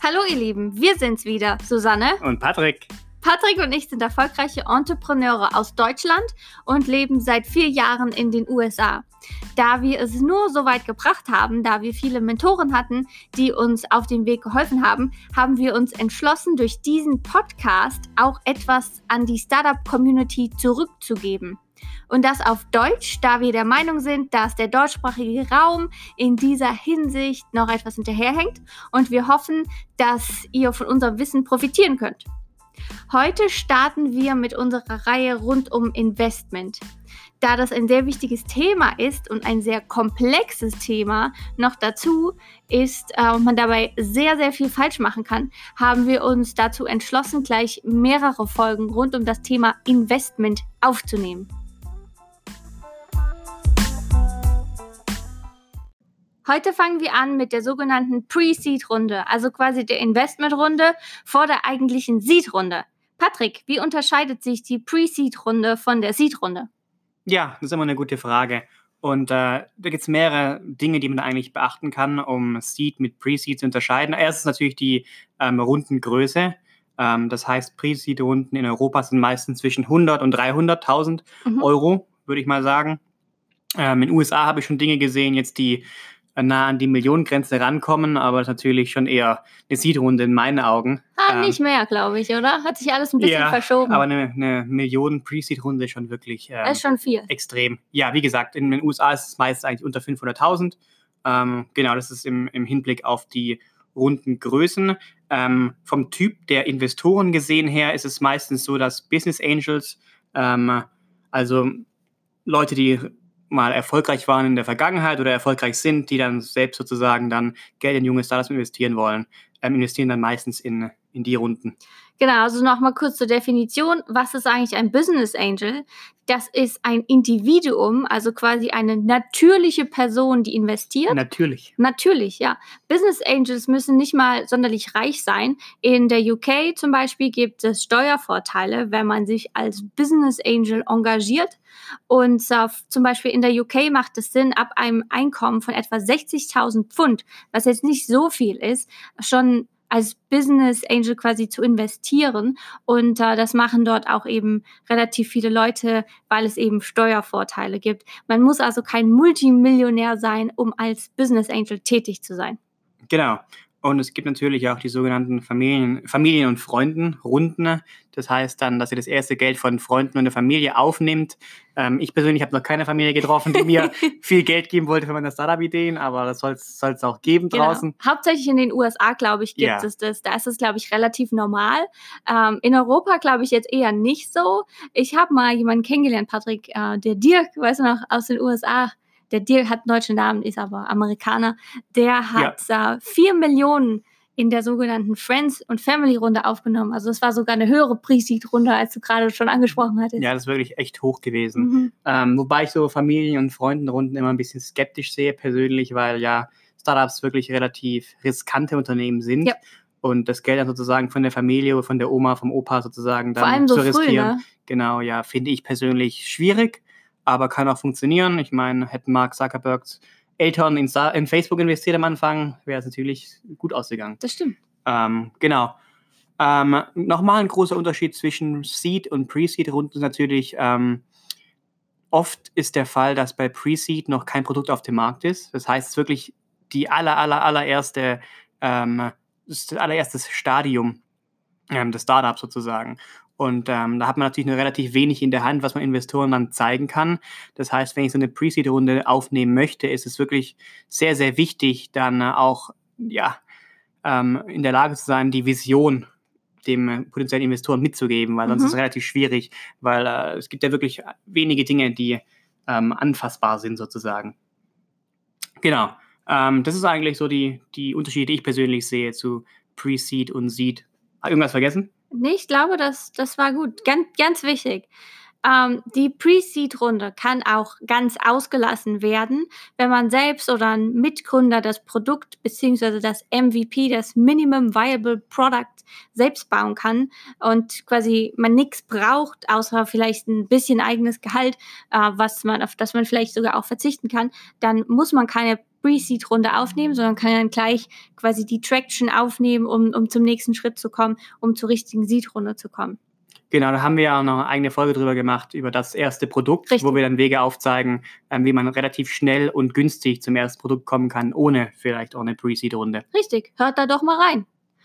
Hallo ihr Lieben, wir sind's wieder, Susanne und Patrick. Patrick und ich sind erfolgreiche Entrepreneure aus Deutschland und leben seit 4 Jahren in den USA. Da wir es nur so weit gebracht haben, da wir viele Mentoren hatten, die uns auf dem Weg geholfen haben, haben wir uns entschlossen, durch diesen Podcast auch etwas an die Startup-Community zurückzugeben. Und das auf Deutsch, da wir der Meinung sind, dass der deutschsprachige Raum in dieser Hinsicht noch etwas hinterherhängt und wir hoffen, dass ihr von unserem Wissen profitieren könnt. Heute starten wir mit unserer Reihe rund um Investment. Da das ein sehr wichtiges Thema ist und ein sehr komplexes Thema noch dazu ist und man dabei sehr, sehr viel falsch machen kann, haben wir uns dazu entschlossen, gleich mehrere Folgen rund um das Thema Investment aufzunehmen. Heute fangen wir an mit der sogenannten Pre-Seed-Runde, also quasi der Investment-Runde vor der eigentlichen Seed-Runde. Patrick, wie unterscheidet sich die Pre-Seed-Runde von der Seed-Runde? Ja, das ist immer eine gute Frage. Und da gibt es mehrere Dinge, die man eigentlich beachten kann, um Seed mit Pre-Seed zu unterscheiden. Erstens natürlich die Rundengröße. Das heißt, Pre-Seed-Runden in Europa sind meistens zwischen 100 und 300.000 Euro, würde ich mal sagen. In den USA habe ich schon Dinge gesehen, jetzt die nah an die Millionengrenze rankommen, aber das ist natürlich schon eher eine Seed-Runde in meinen Augen. Nicht mehr, glaube ich, oder? Hat sich alles ein bisschen verschoben. Aber eine Million Pre-Seed-Runde ist schon wirklich ist schon viel. Extrem. Ja, wie gesagt, in den USA ist es meist eigentlich unter 500.000. Genau, das ist im Hinblick auf die Rundengrößen. Vom Typ der Investoren gesehen her ist es meistens so, dass Business Angels, also Leute, die mal erfolgreich waren in der Vergangenheit oder erfolgreich sind, die dann selbst sozusagen dann Geld in junge Startups investieren wollen, investieren dann meistens in die Runden. Genau, also nochmal kurz zur Definition. Was ist eigentlich ein Business Angel? Das ist ein Individuum, also quasi eine natürliche Person, die investiert. Natürlich, ja. Business Angels müssen nicht mal sonderlich reich sein. In der UK zum Beispiel gibt es Steuervorteile, wenn man sich als Business Angel engagiert. Und zum Beispiel in der UK macht es Sinn, ab einem Einkommen von etwa 60.000 Pfund, was jetzt nicht so viel ist, schon als Business Angel quasi zu investieren und das machen dort auch eben relativ viele Leute, weil es eben Steuervorteile gibt. Man muss also kein Multimillionär sein, um als Business Angel tätig zu sein. Genau. Und es gibt natürlich auch die sogenannten Familien- und Freunden-Runden. Das heißt dann, dass ihr das erste Geld von Freunden und der Familie aufnimmt. Ich persönlich habe noch keine Familie getroffen, die mir viel Geld geben wollte für meine Startup-Ideen, aber das soll es auch geben draußen. Genau. Hauptsächlich in den USA, glaube ich, gibt es das. Da ist es, glaube ich, relativ normal. In Europa, glaube ich, jetzt eher nicht so. Ich habe mal jemanden kennengelernt, Patrick, der Dirk, weißt du noch, aus den USA. Der Dirk hat einen deutschen Namen, ist aber Amerikaner. Der hat 4 Millionen in der sogenannten Friends- und Family-Runde aufgenommen. Also es war sogar eine höhere Pre-Seed-Runde, als du gerade schon angesprochen hattest. Ja, das ist wirklich echt hoch gewesen. Wobei ich so Familien- und Freundenrunden immer ein bisschen skeptisch sehe persönlich, weil ja Startups wirklich relativ riskante Unternehmen sind. Ja. Und das Geld dann sozusagen von der Familie, von der Oma, vom Opa sozusagen dann vor allem so zu riskieren. Früh, ne? Genau, ja, finde ich persönlich schwierig. Aber kann auch funktionieren. Ich meine, hätten Mark Zuckerbergs Eltern in Facebook investiert am Anfang, wäre es natürlich gut ausgegangen. Das stimmt. Genau. Nochmal ein großer Unterschied zwischen Seed- und Pre-Seed-Runden ist natürlich, oft ist der Fall, dass bei Pre-Seed noch kein Produkt auf dem Markt ist. Das heißt, es ist wirklich das allererste Stadium des Startups sozusagen. Und da hat man natürlich nur relativ wenig in der Hand, was man Investoren dann zeigen kann. Das heißt, wenn ich so eine Pre-Seed-Runde aufnehmen möchte, ist es wirklich sehr, sehr wichtig, dann auch in der Lage zu sein, die Vision dem potenziellen Investoren mitzugeben, weil sonst ist es relativ schwierig, weil es gibt ja wirklich wenige Dinge, die anfassbar sind sozusagen. Genau. Das ist eigentlich so die Unterschiede, die ich persönlich sehe zu Pre-Seed und Seed. Irgendwas vergessen? Nee, ich glaube, das war gut. Ganz, ganz wichtig. Die Pre-Seed-Runde kann auch ganz ausgelassen werden, wenn man selbst oder ein Mitgründer das Produkt bzw. das MVP, das Minimum Viable Product, selbst bauen kann und quasi man nichts braucht, außer vielleicht ein bisschen eigenes Gehalt, auf das man vielleicht sogar auch verzichten kann, dann muss man keine Pre-Seed-Runde aufnehmen, sondern kann dann gleich quasi die Traction aufnehmen, um zum nächsten Schritt zu kommen, um zur richtigen Seed-Runde zu kommen. Genau, da haben wir ja auch noch eine eigene Folge drüber gemacht, über das erste Produkt, Richtig. wo wir dann Wege aufzeigen, wie man relativ schnell und günstig zum ersten Produkt kommen kann, ohne vielleicht auch eine Pre-Seed-Runde. Richtig, hört da doch mal rein.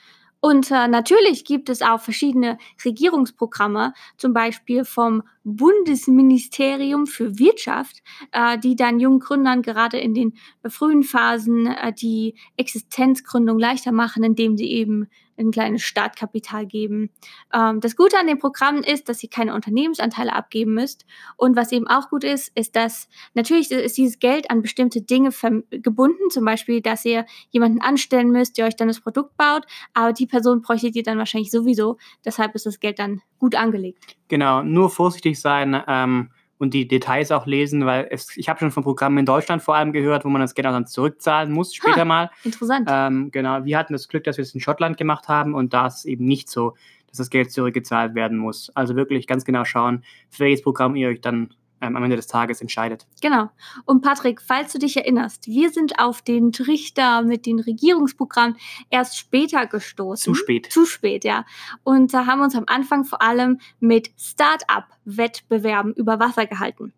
Und natürlich gibt es auch verschiedene Regierungsprogramme, zum Beispiel vom Bundesministerium für Wirtschaft, die dann jungen Gründern gerade in den frühen Phasen die Existenzgründung leichter machen, indem sie eben ein kleines Startkapital geben. Das Gute an den Programmen ist, dass ihr keine Unternehmensanteile abgeben müsst. Und was eben auch gut ist, dass natürlich ist dieses Geld an bestimmte Dinge gebunden, zum Beispiel, dass ihr jemanden anstellen müsst, der euch dann das Produkt baut, aber die Person bräuchtet ihr dann wahrscheinlich sowieso. Deshalb ist das Geld dann gut angelegt. Genau, nur vorsichtig sein und die Details auch lesen, weil ich habe schon von Programmen in Deutschland vor allem gehört, wo man das Geld auch dann zurückzahlen muss, später mal. Interessant. Genau, wir hatten das Glück, dass wir es in Schottland gemacht haben und da ist es eben nicht so, dass das Geld zurückgezahlt werden muss. Also wirklich ganz genau schauen, für welches Programm ihr euch dann am Ende des Tages entscheidet. Genau. Und Patrick, falls du dich erinnerst, wir sind auf den Trichter mit den Regierungsprogrammen erst später gestoßen. Zu spät, ja. Und da haben wir uns am Anfang vor allem mit Start-up-Wettbewerben über Wasser gehalten.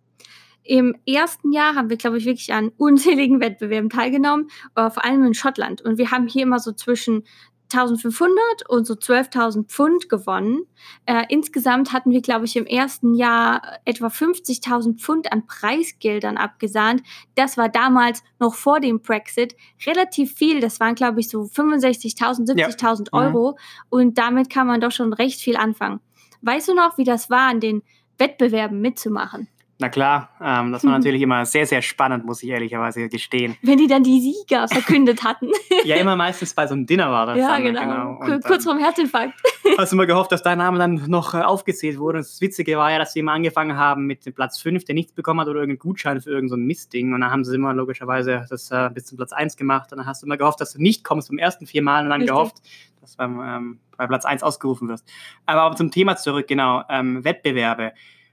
Im ersten Jahr haben wir, glaube ich, wirklich an unzähligen Wettbewerben teilgenommen, vor allem in Schottland. Und wir haben hier immer so zwischen 1.500 und so 12.000 Pfund gewonnen. Insgesamt hatten wir, glaube ich, im ersten Jahr etwa 50.000 Pfund an Preisgeldern abgesahnt. Das war damals noch vor dem Brexit relativ viel. Das waren, glaube ich, so 65.000, 70.000 Euro. Und damit kann man doch schon recht viel anfangen. Weißt du noch, wie das war, an den Wettbewerben mitzumachen? Na klar, das war natürlich immer sehr, sehr spannend, muss ich ehrlicherweise gestehen. Wenn die dann die Sieger verkündet hatten. Ja, immer meistens bei so einem Dinner war das. Ja, dann, genau. Kurz vorm Herzinfarkt. Hast du mal gehofft, dass dein Name dann noch aufgezählt wurde. Und das Witzige war ja, dass sie immer angefangen haben mit dem Platz 5, der nichts bekommen hat oder irgendeinen Gutschein für irgendein so Mistding. Und dann haben sie immer logischerweise das bis zum Platz 1 gemacht. Und dann hast du immer gehofft, dass du nicht kommst beim ersten 4 Mal und dann gehofft, dass du bei Platz 1 ausgerufen wirst. Aber zum Thema zurück, genau, Wettbewerbe.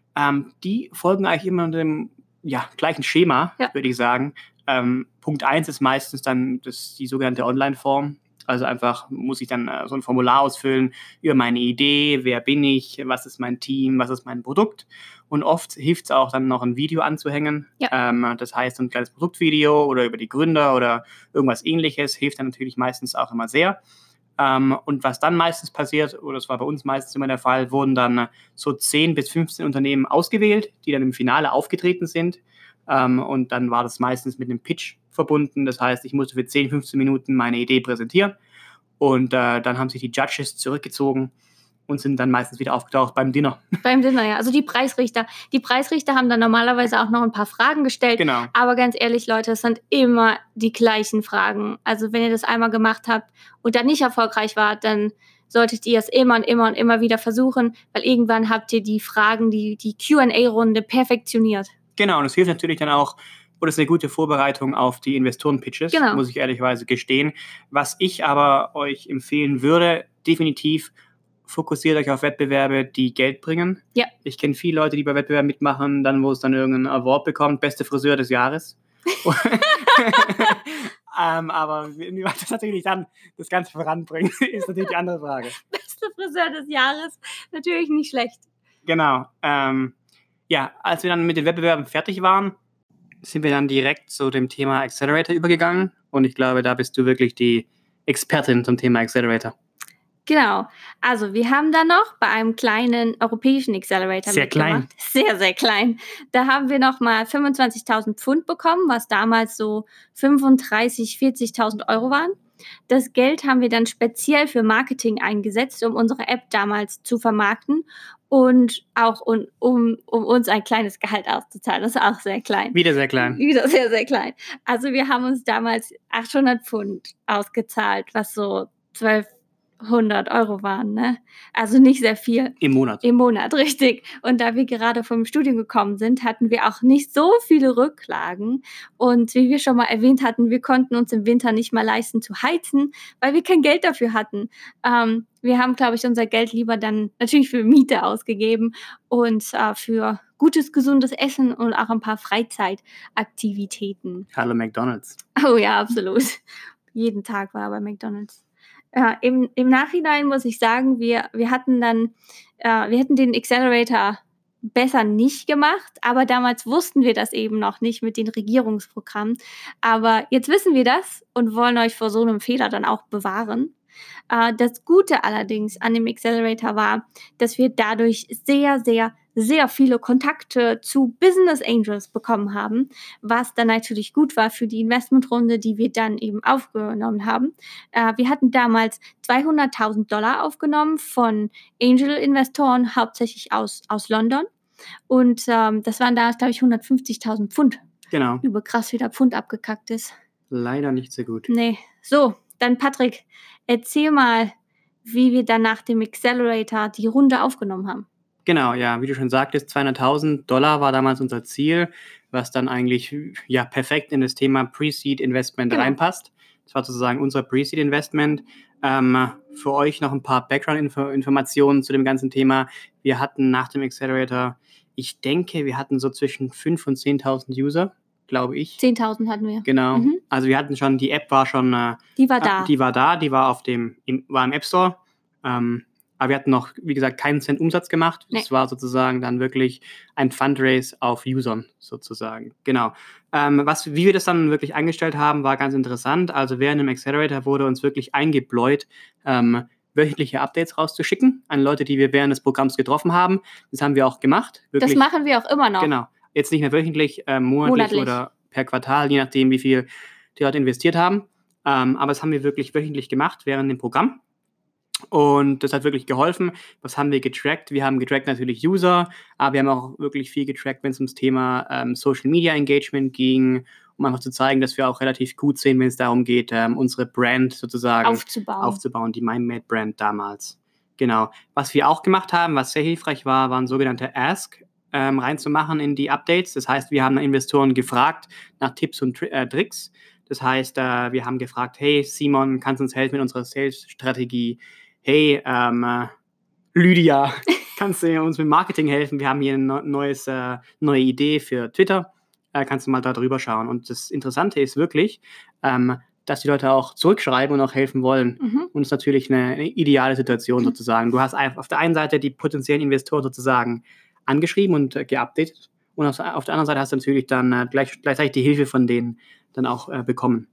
Die folgen eigentlich immer dem gleichen Schema, würde ich sagen. Punkt 1 ist meistens dann die sogenannte Online-Form. Also einfach muss ich dann so ein Formular ausfüllen über meine Idee, wer bin ich, was ist mein Team, was ist mein Produkt. Und oft hilft es auch dann noch ein Video anzuhängen. Ja. Das heißt, ein kleines Produktvideo oder über die Gründer oder irgendwas Ähnliches hilft dann natürlich meistens auch immer sehr. Und was dann meistens passiert, oder das war bei uns meistens immer der Fall, wurden dann so 10 bis 15 Unternehmen ausgewählt, die dann im Finale aufgetreten sind. Und dann war das meistens mit einem Pitch verbunden. Das heißt, ich musste für 10, 15 Minuten meine Idee präsentieren. Und dann haben sich die Judges zurückgezogen und sind dann meistens wieder aufgetaucht beim Dinner. Beim Dinner, ja. Also die Preisrichter. Die Preisrichter haben dann normalerweise auch noch ein paar Fragen gestellt. Genau. Aber ganz ehrlich, Leute, es sind immer die gleichen Fragen. Also wenn ihr das einmal gemacht habt und dann nicht erfolgreich wart, dann solltet ihr es immer und immer und immer wieder versuchen, weil irgendwann habt ihr die Fragen, die Q&A-Runde perfektioniert. Genau, und es hilft natürlich dann auch, oder es ist eine gute Vorbereitung auf die Investoren-Pitches, muss ich ehrlicherweise gestehen. Was ich aber euch empfehlen würde, definitiv fokussiert euch auf Wettbewerbe, die Geld bringen. Ja. Ich kenne viele Leute, die bei Wettbewerben mitmachen, dann wo es dann irgendeinen Award bekommt, beste Friseur des Jahres. Aber wie das natürlich dann das Ganze voranbringt, ist natürlich die andere Frage. Beste Friseur des Jahres, natürlich nicht schlecht. Genau. Als wir dann mit den Wettbewerben fertig waren, sind wir dann direkt zu dem Thema Accelerator übergegangen. Und ich glaube, da bist du wirklich die Expertin zum Thema Accelerator. Genau. Also wir haben da noch bei einem kleinen europäischen Accelerator mitgemacht. Sehr, sehr klein. Da haben wir nochmal 25.000 Pfund bekommen, was damals so 35.000, 40.000 Euro waren. Das Geld haben wir dann speziell für Marketing eingesetzt, um unsere App damals zu vermarkten und auch um uns ein kleines Gehalt auszuzahlen. Das ist auch sehr klein. Wieder sehr klein. Wieder sehr, sehr klein. Also wir haben uns damals 800 Pfund ausgezahlt, was so 12 100 Euro waren, ne? Also nicht sehr viel. Im Monat. Im Monat, richtig. Und da wir gerade vom Studium gekommen sind, hatten wir auch nicht so viele Rücklagen. Und wie wir schon mal erwähnt hatten, wir konnten uns im Winter nicht mal leisten zu heizen, weil wir kein Geld dafür hatten. Wir haben, glaube ich, unser Geld lieber dann natürlich für Miete ausgegeben und für gutes, gesundes Essen und auch ein paar Freizeitaktivitäten. Hallo McDonald's. Oh ja, absolut. Jeden Tag war er bei McDonald's. Im Nachhinein muss ich sagen, wir hätten den Accelerator besser nicht gemacht, aber damals wussten wir das eben noch nicht mit den Regierungsprogrammen. Aber jetzt wissen wir das und wollen euch vor so einem Fehler dann auch bewahren. Das Gute allerdings an dem Accelerator war, dass wir dadurch sehr, sehr, sehr viele Kontakte zu Business Angels bekommen haben, was dann natürlich gut war für die Investmentrunde, die wir dann eben aufgenommen haben. Wir hatten damals $200.000 aufgenommen von Angel-Investoren, hauptsächlich aus London. Und das waren da, glaube ich, 150.000 Pfund. Genau. Über krass, wie der Pfund abgekackt ist. Leider nicht so gut. Nee. So, dann Patrick, erzähl mal, wie wir dann nach dem Accelerator die Runde aufgenommen haben. Genau, ja, wie du schon sagtest, $200.000 war damals unser Ziel, was dann eigentlich ja perfekt in das Thema Pre-Seed-Investment reinpasst. Das war sozusagen unser Pre-Seed-Investment. Für euch noch ein paar Background-Informationen zu dem ganzen Thema. Wir hatten nach dem Accelerator, ich denke, wir hatten so zwischen 5.000 und 10.000 User, glaube ich. 10.000 hatten wir. Genau. Also wir hatten schon, die App war schon... Die war da. Die war da, die war war im App Store. Aber wir hatten noch, wie gesagt, keinen Cent Umsatz gemacht. Nee. Das war sozusagen dann wirklich ein Fundraise auf Usern sozusagen. Genau. Wie wir das dann wirklich eingestellt haben, war ganz interessant. Also während dem Accelerator wurde uns wirklich eingebläut, wöchentliche Updates rauszuschicken an Leute, die wir während des Programms getroffen haben. Das haben wir auch gemacht. Wirklich, das machen wir auch immer noch. Genau. Jetzt nicht mehr wöchentlich, monatlich oder per Quartal, je nachdem, wie viel die Leute investiert haben. Aber das haben wir wirklich wöchentlich gemacht während dem Programm. Und das hat wirklich geholfen. Was haben wir getrackt? Wir haben getrackt natürlich User, aber wir haben auch wirklich viel getrackt, wenn es ums Thema Social Media Engagement ging, um einfach zu zeigen, dass wir auch relativ gut sind, wenn es darum geht, unsere Brand sozusagen aufzubauen, die MindMed Brand damals. Genau. Was wir auch gemacht haben, was sehr hilfreich war, waren sogenannte Ask reinzumachen in die Updates. Das heißt, wir haben Investoren gefragt nach Tipps und Tricks. Das heißt, wir haben gefragt, hey Simon, kannst du uns helfen mit unserer Sales-Strategie? Hey, Lydia, kannst du uns mit Marketing helfen? Wir haben hier eine neue Idee für Twitter. Kannst du mal da drüber schauen. Und das Interessante ist wirklich, dass die Leute auch zurückschreiben und auch helfen wollen. Und es ist natürlich eine ideale Situation sozusagen. Du hast auf der einen Seite die potenziellen Investoren sozusagen angeschrieben und geupdatet. Und auf der anderen Seite hast du natürlich dann gleichzeitig die Hilfe von denen dann auch bekommen.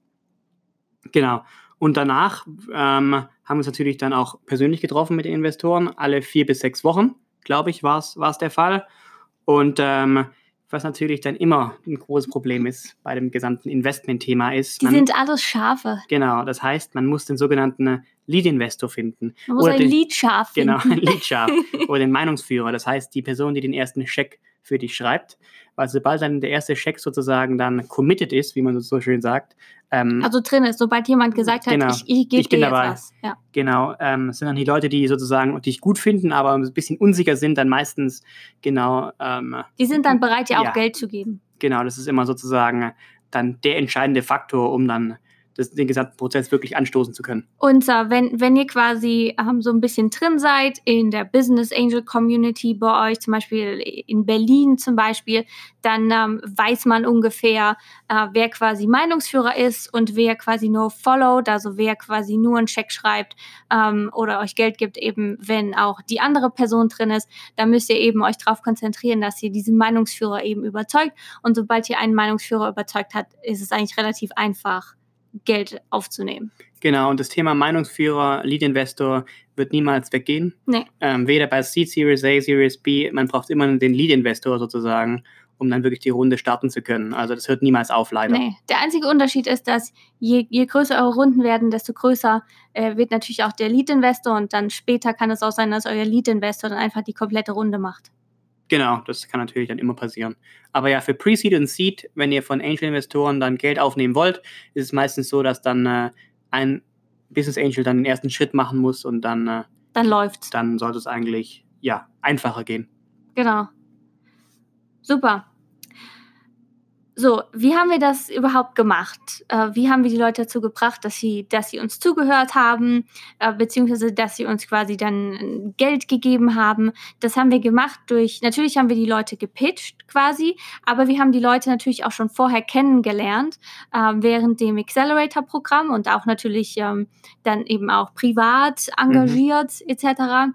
Genau. Und danach haben wir uns natürlich dann auch persönlich getroffen mit den Investoren, alle 4 bis 6 Wochen, glaube ich, war es der Fall. Und was natürlich dann immer ein großes Problem ist bei dem gesamten Investment-Thema ist... Die sind alles Schafe. Genau, das heißt, man muss den sogenannten Lead-Investor finden. Man muss ein Lead-Schaf finden. Genau, ein Lead-Schaf oder den Meinungsführer. Das heißt, die Person, die den ersten Scheck für dich schreibt. Weil sobald dann der erste Scheck sozusagen dann committed ist, wie man so schön sagt. Also drin ist, sobald jemand gesagt hat, genau, ich gebe dir jetzt was. Ja. Genau, sind dann die Leute, die sozusagen dich gut finden, aber ein bisschen unsicher sind, dann meistens genau... die sind dann bereit, dir auch Geld zu geben. Genau, das ist immer sozusagen dann der entscheidende Faktor, um dann den gesamten Prozess wirklich anstoßen zu können. Und wenn ihr quasi so ein bisschen drin seid in der Business Angel Community bei euch, zum Beispiel in Berlin zum Beispiel, dann weiß man ungefähr, wer quasi Meinungsführer ist und wer quasi nur followed, also wer quasi nur einen Scheck schreibt oder euch Geld gibt, eben wenn auch die andere Person drin ist. Da müsst ihr eben euch darauf konzentrieren, dass ihr diesen Meinungsführer eben überzeugt. Und sobald ihr einen Meinungsführer überzeugt habt, ist es eigentlich relativ einfach, Geld aufzunehmen. Genau, und das Thema Meinungsführer, Lead-Investor wird niemals weggehen. Nee. Weder bei Seed, Series A, Series B, man braucht immer den Lead-Investor sozusagen, um dann wirklich die Runde starten zu können. Also das hört niemals auf, leider. Nee, der einzige Unterschied ist, dass je größer eure Runden werden, desto größer wird natürlich auch der Lead-Investor und dann später kann es auch sein, dass euer Lead-Investor dann einfach die komplette Runde macht. Genau, das kann natürlich dann immer passieren. Aber ja, für Pre-Seed und Seed, wenn ihr von Angel-Investoren dann Geld aufnehmen wollt, ist es meistens so, dass dann ein Business Angel dann den ersten Schritt machen muss und dann läuft's. Dann sollte es eigentlich einfacher gehen. Genau. Super. So, wie haben wir das überhaupt gemacht? Wie haben wir die Leute dazu gebracht, dass sie uns zugehört haben, beziehungsweise dass sie uns quasi dann Geld gegeben haben? Das haben wir gemacht natürlich haben wir die Leute gepitcht quasi, aber wir haben die Leute natürlich auch schon vorher kennengelernt, während dem Accelerator-Programm und auch natürlich dann eben auch privat engagiert etc.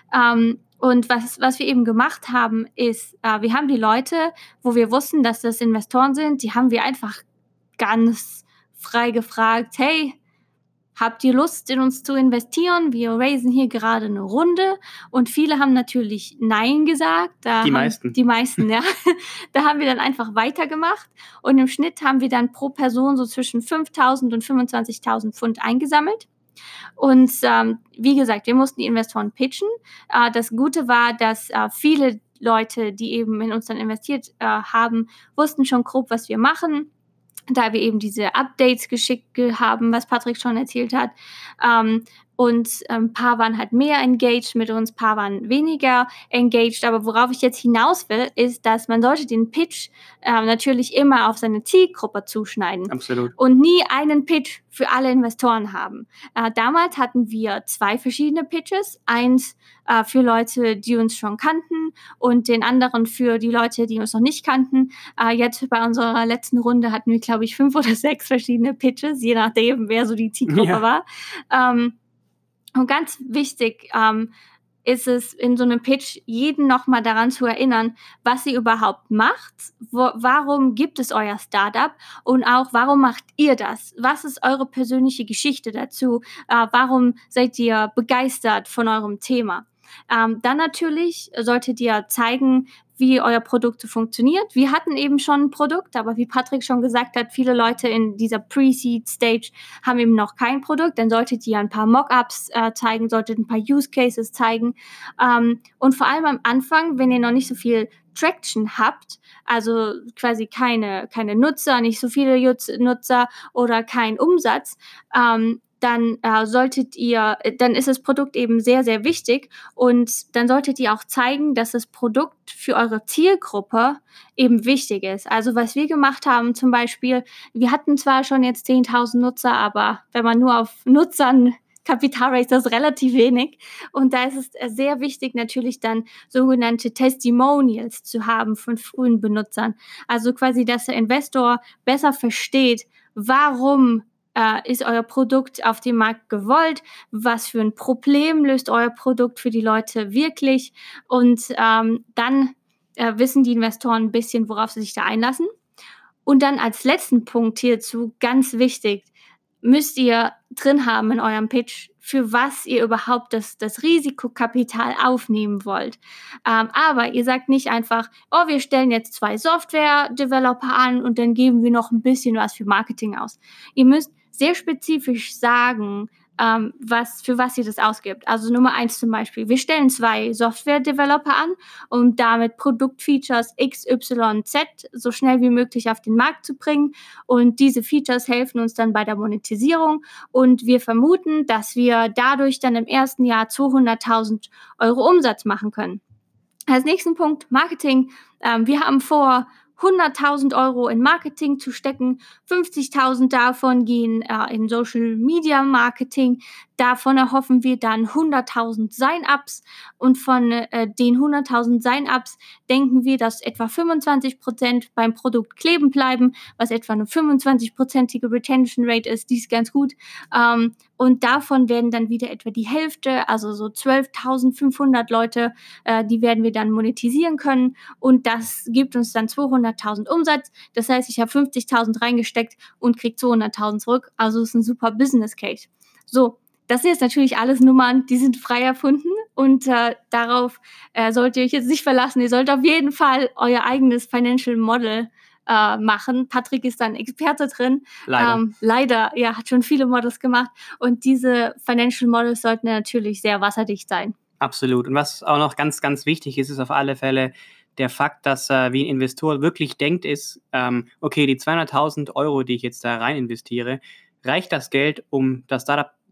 Und was wir eben gemacht haben, ist, wir haben die Leute, wo wir wussten, dass das Investoren sind, die haben wir einfach ganz frei gefragt, hey, habt ihr Lust, in uns zu investieren? Wir raisen hier gerade eine Runde. Und viele haben natürlich Nein gesagt. Die meisten, ja. Da haben wir dann einfach weitergemacht. Und im Schnitt haben wir dann pro Person so zwischen 5.000 und 25.000 Pfund eingesammelt. Und wie gesagt, wir mussten die Investoren pitchen. Das Gute war, dass viele Leute, die eben in uns dann investiert haben, wussten schon grob, was wir machen, da wir eben diese Updates geschickt haben, was Patrick schon erzählt hat. Und ein paar waren halt mehr engaged mit uns, ein paar waren weniger engaged. Aber worauf ich jetzt hinaus will, ist, dass man sollte den Pitch natürlich immer auf seine Zielgruppe zuschneiden. Absolut. Und nie einen Pitch für alle Investoren haben. Damals hatten wir 2 verschiedene Pitches. Eins für Leute, die uns schon kannten und den anderen für die Leute, die uns noch nicht kannten. Jetzt bei unserer letzten Runde hatten wir, glaube ich, 5 oder 6 verschiedene Pitches, je nachdem, wer so die Zielgruppe war. Und ganz wichtig ist es in so einem Pitch, jeden nochmal daran zu erinnern, was ihr überhaupt macht, warum gibt es euer Startup und auch, warum macht ihr das? Was ist eure persönliche Geschichte dazu? Warum seid ihr begeistert von eurem Thema? Dann natürlich solltet ihr zeigen, wie euer Produkt funktioniert. Wir hatten eben schon ein Produkt, aber wie Patrick schon gesagt hat, viele Leute in dieser Pre-Seed-Stage haben eben noch kein Produkt. Dann solltet ihr ein paar Mockups zeigen, solltet ein paar Use-Cases zeigen. Und vor allem am Anfang, wenn ihr noch nicht so viel Traction habt, also quasi keine Nutzer, nicht so viele Nutzer oder kein Umsatz, dann ist das Produkt eben sehr, sehr wichtig und dann solltet ihr auch zeigen, dass das Produkt für eure Zielgruppe eben wichtig ist. Also was wir gemacht haben zum Beispiel, wir hatten zwar schon jetzt 10.000 Nutzer, aber wenn man nur auf Nutzern Kapital raise, das ist relativ wenig und da ist es sehr wichtig natürlich dann sogenannte Testimonials zu haben von frühen Benutzern. Also quasi, dass der Investor besser versteht, warum ist euer Produkt auf dem Markt gewollt? Was für ein Problem löst euer Produkt für die Leute wirklich? Und dann wissen die Investoren ein bisschen, worauf sie sich da einlassen. Und dann als letzten Punkt hierzu, ganz wichtig, müsst ihr drin haben in eurem Pitch, für was ihr überhaupt das Risikokapital aufnehmen wollt. Aber ihr sagt nicht einfach, oh, wir stellen jetzt 2 Software-Developer an und dann geben wir noch ein bisschen was für Marketing aus. Ihr müsst sehr spezifisch sagen, für was ihr das ausgibt. Also Nummer 1 zum Beispiel, wir stellen 2 Software-Developer an, um damit Produktfeatures X, Y, Z so schnell wie möglich auf den Markt zu bringen und diese Features helfen uns dann bei der Monetisierung und wir vermuten, dass wir dadurch dann im ersten Jahr 200.000 Euro Umsatz machen können. Als nächsten Punkt Marketing. Wir haben vor, 100.000 Euro in Marketing zu stecken, 50.000 davon gehen in Social Media Marketing, davon erhoffen wir dann 100.000 Sign-ups und von den 100.000 Sign-ups denken wir, dass etwa 25% beim Produkt kleben bleiben, was etwa eine 25%ige Retention Rate ist, die ist ganz gut und davon werden dann wieder etwa die Hälfte, also so 12.500 Leute, die werden wir dann monetisieren können und das gibt uns dann 200.000 Umsatz. Das heißt, ich habe 50.000 reingesteckt und kriege 200.000 zurück. Also ist ein super Business Case. So, das sind jetzt natürlich alles Nummern, die sind frei erfunden und darauf sollt ihr euch jetzt nicht verlassen. Ihr sollt auf jeden Fall euer eigenes Financial Model machen. Patrick ist da ein Experte drin. Leider, ja, hat schon viele Models gemacht und diese Financial Models sollten natürlich sehr wasserdicht sein. Absolut. Und was auch noch ganz, ganz wichtig ist, ist auf alle Fälle der Fakt, dass wie ein Investor wirklich denkt, ist, okay, die 200.000 Euro, die ich jetzt da rein investiere, reicht das Geld, um das Startup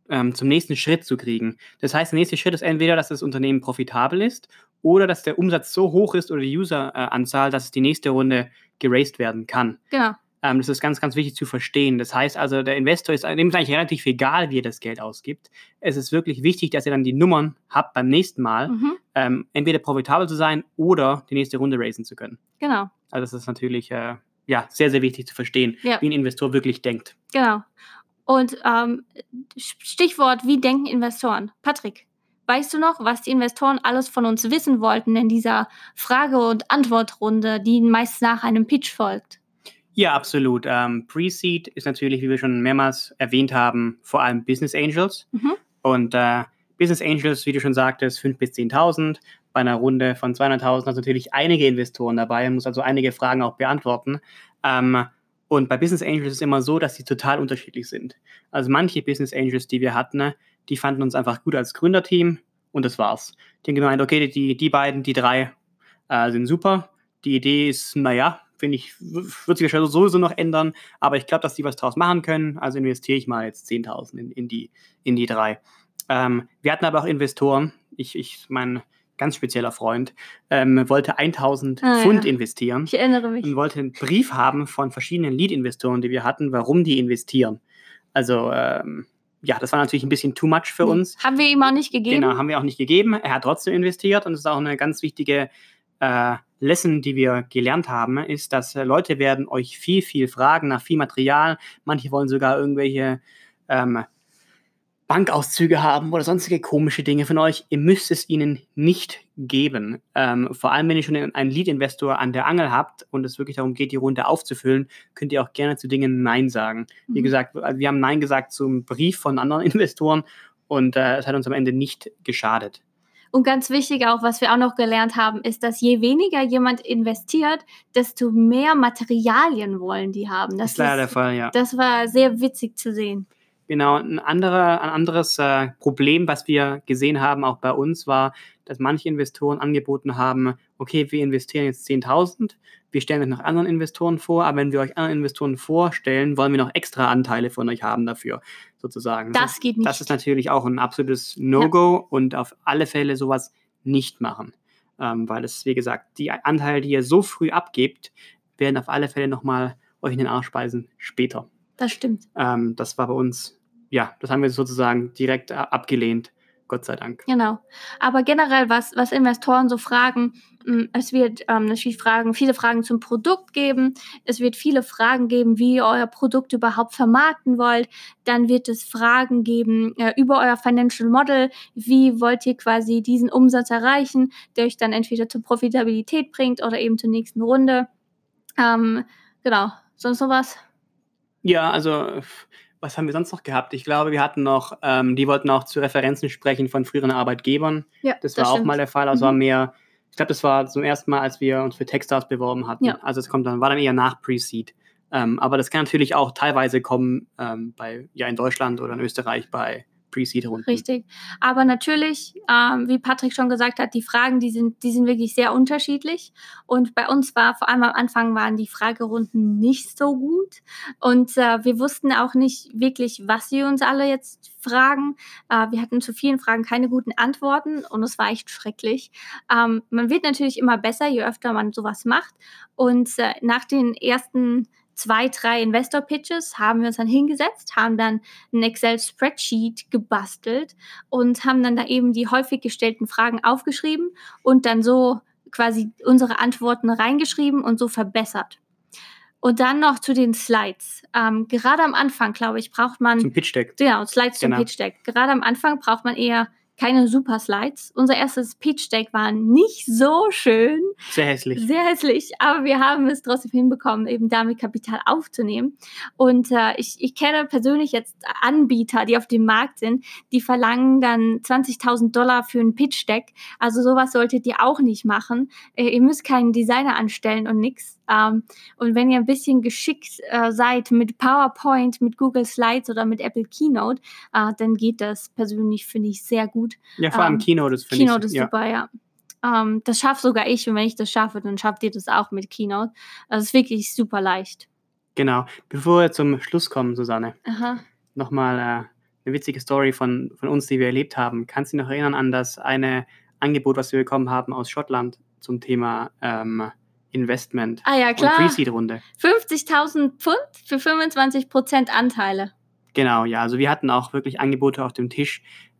zum nächsten Schritt zu kriegen. Das heißt, der nächste Schritt ist entweder, dass das Unternehmen profitabel ist oder dass der Umsatz so hoch ist oder die User-Anzahl, dass es die nächste Runde geraced werden kann. Genau. Das ist ganz, ganz wichtig zu verstehen. Das heißt also, der Investor ist dem ist eigentlich relativ egal, wie er das Geld ausgibt. Es ist wirklich wichtig, dass ihr dann die Nummern habt beim nächsten Mal, entweder profitabel zu sein oder die nächste Runde raisen zu können. Genau. Also das ist natürlich sehr, sehr wichtig zu verstehen, wie ein Investor wirklich denkt. Genau. Und Stichwort, wie denken Investoren? Patrick, weißt du noch, was die Investoren alles von uns wissen wollten in dieser Frage- und Antwortrunde, die meist nach einem Pitch folgt? Ja, absolut. Pre-Seed ist natürlich, wie wir schon mehrmals erwähnt haben, vor allem Business Angels. Und Business Angels, wie du schon sagtest, 5.000 bis 10.000. Bei einer Runde von 200.000 hast du natürlich einige Investoren dabei und musst also einige Fragen auch beantworten. Und bei Business Angels ist es immer so, dass die total unterschiedlich sind. Also manche Business Angels, die wir hatten, die fanden uns einfach gut als Gründerteam und das war's. Die haben gemeint, okay, die beiden, die drei sind super. Die Idee ist, naja, finde ich, wird sich wahrscheinlich sowieso noch ändern, aber ich glaube, dass die was draus machen können, also investiere ich mal jetzt 10.000 in die drei. Wir hatten aber auch Investoren, mein ganz spezieller Freund, wollte 1.000 Pfund investieren. Ich erinnere mich. Und wollte einen Brief haben von verschiedenen Lead-Investoren, die wir hatten, warum die investieren. Also, das war natürlich ein bisschen too much für uns. Haben wir ihm auch nicht gegeben? Genau, haben wir auch nicht gegeben. Er hat trotzdem investiert und das ist auch eine ganz wichtige Lesson, die wir gelernt haben, ist, dass Leute werden euch viel, viel fragen nach viel Material. Manche wollen sogar irgendwelche Bankauszüge haben oder sonstige komische Dinge von euch. Ihr müsst es ihnen nicht geben. Vor allem, wenn ihr schon einen Lead-Investor an der Angel habt und es wirklich darum geht, die Runde aufzufüllen, könnt ihr auch gerne zu Dingen Nein sagen. Wie gesagt, wir haben Nein gesagt zum Brief von anderen Investoren und es hat uns am Ende nicht geschadet. Und ganz wichtig auch, was wir auch noch gelernt haben, ist, dass je weniger jemand investiert, desto mehr Materialien wollen die haben. Das ist leider der Fall, ja. Das war sehr witzig zu sehen. Genau, ein anderes Problem, was wir gesehen haben, auch bei uns, war, dass manche Investoren angeboten haben, okay, wir investieren jetzt 10.000, wir stellen euch noch anderen Investoren vor, aber wenn wir euch anderen Investoren vorstellen, wollen wir noch extra Anteile von euch haben dafür, sozusagen. Das geht nicht. Das ist natürlich auch ein absolutes No-Go und auf alle Fälle sowas nicht machen, weil es, wie gesagt, die Anteile, die ihr so früh abgebt, werden auf alle Fälle nochmal euch in den Arsch speisen später. Das stimmt. Das war bei uns, das haben wir sozusagen direkt abgelehnt, Gott sei Dank. Genau. Aber generell, was Investoren so fragen, es wird natürlich viele Fragen zum Produkt geben. Es wird viele Fragen geben, wie ihr euer Produkt überhaupt vermarkten wollt. Dann wird es Fragen geben über euer Financial Model. Wie wollt ihr quasi diesen Umsatz erreichen, der euch dann entweder zur Profitabilität bringt oder eben zur nächsten Runde. Genau. Sonst noch was? Ja, also was haben wir sonst noch gehabt? Ich glaube, wir hatten noch, die wollten auch zu Referenzen sprechen von früheren Arbeitgebern. Ja, das war auch mal der Fall. Also war mehr, ich glaube, das war zum ersten Mal, als wir uns für Techstars beworben hatten. Ja. Also es war dann eher nach Pre-Seed. Aber das kann natürlich auch teilweise kommen in Deutschland oder in Österreich bei Pre-Seed-Runden. Richtig. Aber natürlich, wie Patrick schon gesagt hat, die Fragen, die sind wirklich sehr unterschiedlich. Und bei uns vor allem am Anfang waren die Fragerunden nicht so gut. Und wir wussten auch nicht wirklich, was sie uns alle jetzt fragen. Wir hatten zu vielen Fragen keine guten Antworten und es war echt schrecklich. Man wird natürlich immer besser, je öfter man sowas macht. Und nach den ersten 2, 3 Investor-Pitches haben wir uns dann hingesetzt, haben dann ein Excel-Spreadsheet gebastelt und haben dann da eben die häufig gestellten Fragen aufgeschrieben und dann so quasi unsere Antworten reingeschrieben und so verbessert. Und dann noch zu den Slides. Gerade am Anfang, glaube ich, braucht man... Zum Pitch-Deck. Genau, Slides zum Pitch-Deck. Gerade am Anfang braucht man eher keine super Slides. Unser erstes Pitch-Deck war nicht so schön. Sehr hässlich. Sehr hässlich, aber wir haben es trotzdem hinbekommen, eben damit Kapital aufzunehmen. Und ich kenne persönlich jetzt Anbieter, die auf dem Markt sind, die verlangen dann $20.000 für ein Pitch-Deck. Also sowas solltet ihr auch nicht machen. Ihr müsst keinen Designer anstellen und nix. Und wenn ihr ein bisschen geschickt seid mit PowerPoint, mit Google Slides oder mit Apple Keynote, dann geht das persönlich, finde ich, sehr gut. Ja, vor allem Keynote ist, finde ich. Keynote ist super, ja. Das schaffe sogar ich und wenn ich das schaffe, dann schafft ihr das auch mit Keynote. Also es ist wirklich super leicht. Genau. Bevor wir zum Schluss kommen, Susanne, nochmal eine witzige Story von uns, die wir erlebt haben. Kannst du dich noch erinnern an das eine Angebot, was wir bekommen haben aus Schottland zum Thema Investment ja, klar. und Pre-Seed-Runde? 50.000 Pfund für 25% Anteile. Genau, ja. Also wir hatten auch wirklich Angebote auf dem Tisch,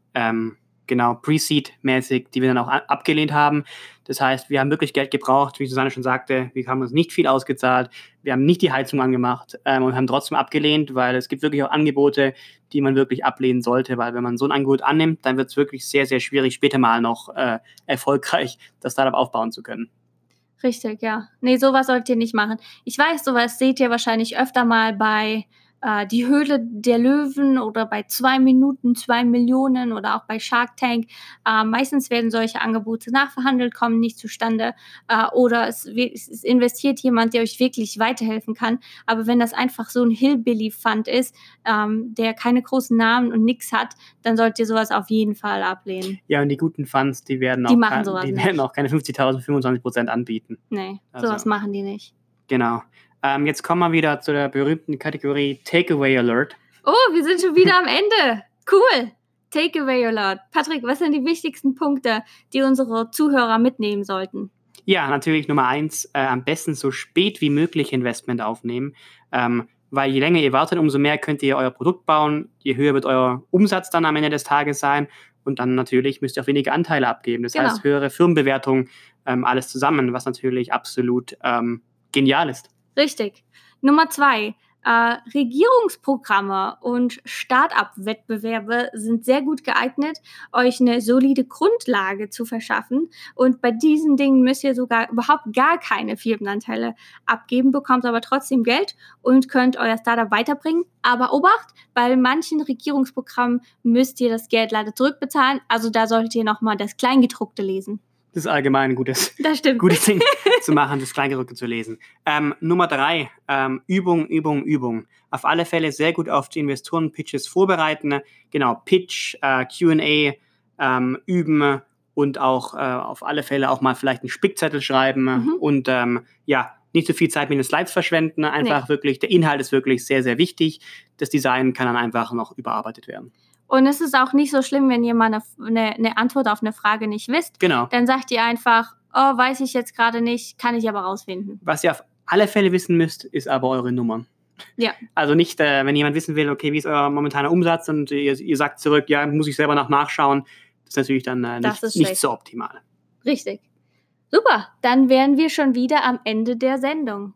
genau, Pre-Seed-mäßig, die wir dann auch abgelehnt haben. Das heißt, wir haben wirklich Geld gebraucht, wie Susanne schon sagte, wir haben uns nicht viel ausgezahlt, wir haben nicht die Heizung angemacht und haben trotzdem abgelehnt, weil es gibt wirklich auch Angebote, die man wirklich ablehnen sollte, weil wenn man so ein Angebot annimmt, dann wird es wirklich sehr, sehr schwierig, später mal noch erfolgreich das Startup aufbauen zu können. Richtig, ja. Nee, sowas sollt ihr nicht machen. Ich weiß, sowas seht ihr wahrscheinlich öfter mal bei Die Höhle der Löwen oder bei 2 Minuten, 2 Millionen oder auch bei Shark Tank. Meistens werden solche Angebote nachverhandelt, kommen nicht zustande oder es investiert jemand, der euch wirklich weiterhelfen kann. Aber wenn das einfach so ein Hillbilly-Fund ist, der keine großen Namen und nichts hat, dann sollt ihr sowas auf jeden Fall ablehnen. Ja, und die guten Funds, die werden Die auch, machen sowas nicht. werden auch keine 50.000, 25% anbieten. Nee, Also, sowas machen die nicht. Genau. Jetzt kommen wir wieder zu der berühmten Kategorie Takeaway Alert. Oh, wir sind schon wieder am Ende. Cool. Takeaway Alert. Patrick, was sind die wichtigsten Punkte, die unsere Zuhörer mitnehmen sollten? Ja, natürlich Nummer 1, am besten so spät wie möglich Investment aufnehmen, weil je länger ihr wartet, umso mehr könnt ihr euer Produkt bauen, je höher wird euer Umsatz dann am Ende des Tages sein und dann natürlich müsst ihr auch weniger Anteile abgeben. Das heißt, höhere Firmenbewertung, alles zusammen, was natürlich absolut genial ist. Richtig. Nummer 2. Regierungsprogramme und Start-up-Wettbewerbe sind sehr gut geeignet, euch eine solide Grundlage zu verschaffen. Und bei diesen Dingen müsst ihr sogar überhaupt gar keine Firmenanteile abgeben, bekommt aber trotzdem Geld und könnt euer Startup weiterbringen. Aber Obacht, bei manchen Regierungsprogrammen müsst ihr das Geld leider zurückbezahlen. Also da solltet ihr nochmal das Kleingedruckte lesen. Das ist allgemein ein gutes Ding zu machen, das Kleingedruckte zu lesen. Nummer 3, Übung, Übung, Übung. Auf alle Fälle sehr gut auf die Investoren-Pitches vorbereiten. Genau, Pitch, Q&A üben und auch auf alle Fälle auch mal vielleicht einen Spickzettel schreiben und nicht so viel Zeit mit den Slides verschwenden. Einfach wirklich, der Inhalt ist wirklich sehr, sehr wichtig. Das Design kann dann einfach noch überarbeitet werden. Und es ist auch nicht so schlimm, wenn ihr mal eine Antwort auf eine Frage nicht wisst. Genau. Dann sagt ihr einfach, oh, weiß ich jetzt gerade nicht, kann ich aber rausfinden. Was ihr auf alle Fälle wissen müsst, ist aber eure Nummern. Ja. Also nicht, wenn jemand wissen will, okay, wie ist euer momentaner Umsatz und ihr sagt zurück, ja, muss ich selber nachschauen. Das ist natürlich dann nicht so optimal. Richtig. Super, dann wären wir schon wieder am Ende der Sendung.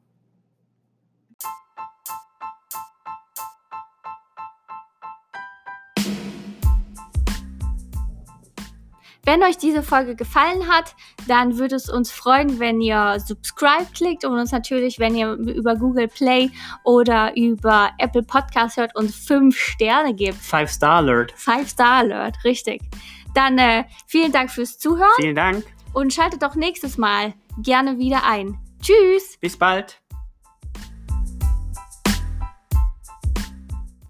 Wenn euch diese Folge gefallen hat, dann würde es uns freuen, wenn ihr Subscribe klickt und uns natürlich, wenn ihr über Google Play oder über Apple Podcast hört, uns 5 Sterne gebt. 5-Star Alert. 5-Star Alert, richtig. Dann vielen Dank fürs Zuhören. Vielen Dank. Und schaltet doch nächstes Mal gerne wieder ein. Tschüss. Bis bald.